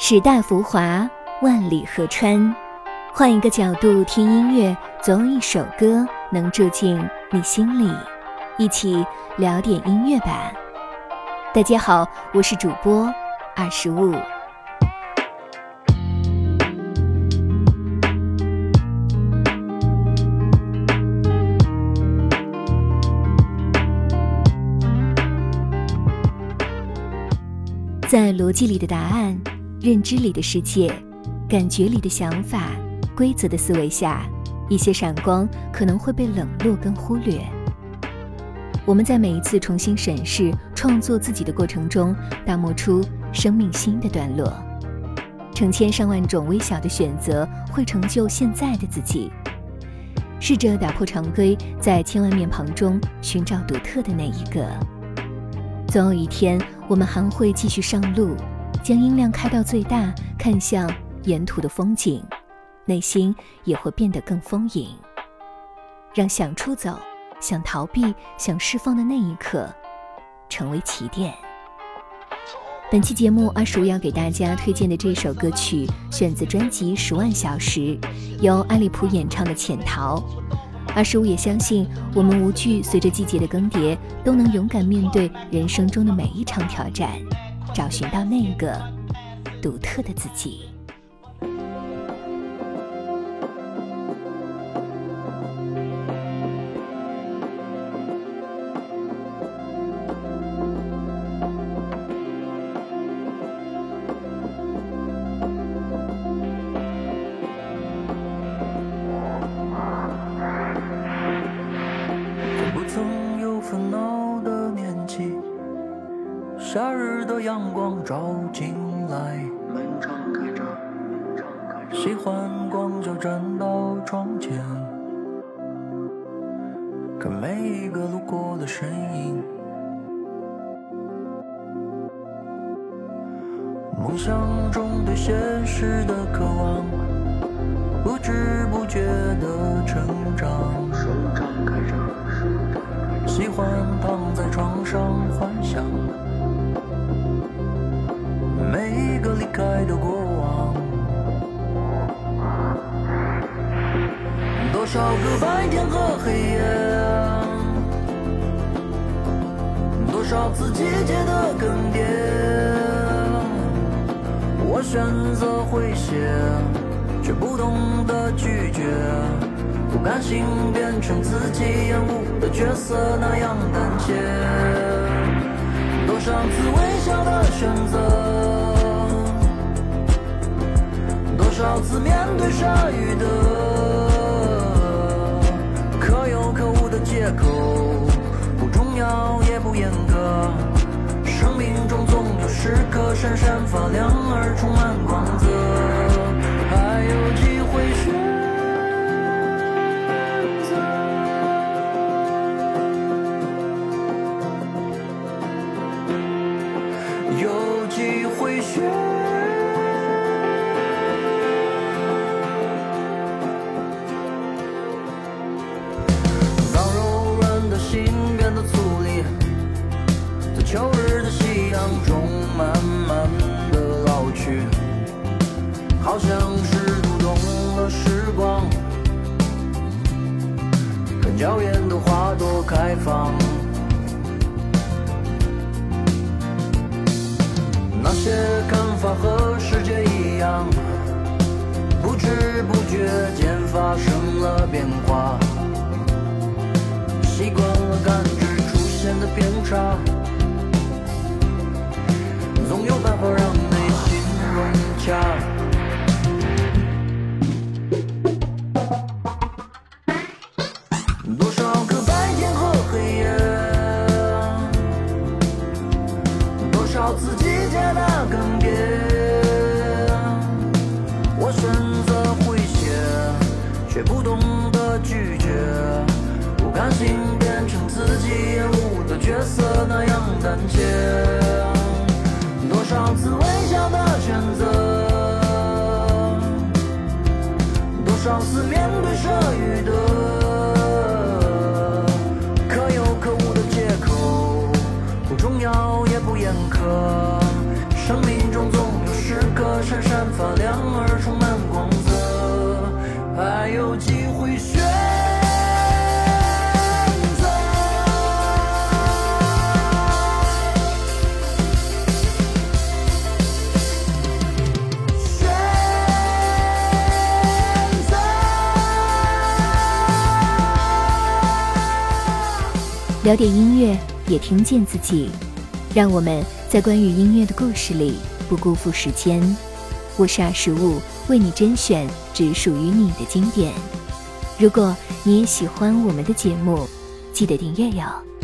时代浮华，万里河川，换一个角度听音乐，总有一首歌能住进你心里，一起聊点音乐吧。大家好，我是主播25。在逻辑里的答案，认知里的世界，感觉里的想法，规则的思维下，一些闪光可能会被冷落跟忽略。我们在每一次重新审视创作自己的过程中，打磨出生命新的段落。成千上万种微小的选择会成就现在的自己。试着打破常规，在千万面庞中寻找独特的那一个。总有一天，我们还会继续上路，将音量开到最大，看向沿途的风景，内心也会变得更丰盈。让想出走、想逃避、想释放的那一刻成为起点。本期节目25要给大家推荐的这首歌曲选自专辑《10万小时》，由艾利普演唱的《潜逃》。25也相信，我们无惧随着季节的更迭，都能勇敢面对人生中的每一场挑战，找寻到那个独特的自己。 夏日的阳光照进来，门敞开着，喜欢光就站到窗前，看每一个路过的身影。梦想中对现实的渴望，不知不觉的成长。手张开着，喜欢躺在床上幻想每一个离开的过往，多少个白天和黑夜，多少次季节的更迭，我选择回血，却不懂得拒绝，不甘心变成自己厌恶的角色那样胆怯，多少次微小的选择，多少次面对鲨鱼的可有可无的借口，不重要也不严格，生命中总有时刻闪闪发亮而充满光泽，还有机会选择，有机会选秋日的夕阳中慢慢的老去，好像是读懂了时光，看娇艳的花朵开放，那些看法和世界一样，不知不觉间发生了变化，习惯了感知出现的偏差，总有办法让内心融洽。多少个白天和黑夜，多少次季节的更迭，我选择回血，却不懂得拒绝，不甘心变成自己厌恶的角色那样胆怯，多少次微小的选择，多少次面对鲨鱼的可有可无的借口，不重要也不严苛，生命中总有时刻闪聊点音乐，也听见自己。让我们在关于音乐的故事里不辜负时间。我是25，为你甄选只属于你的经典。如果你也喜欢我们的节目，记得订阅哟。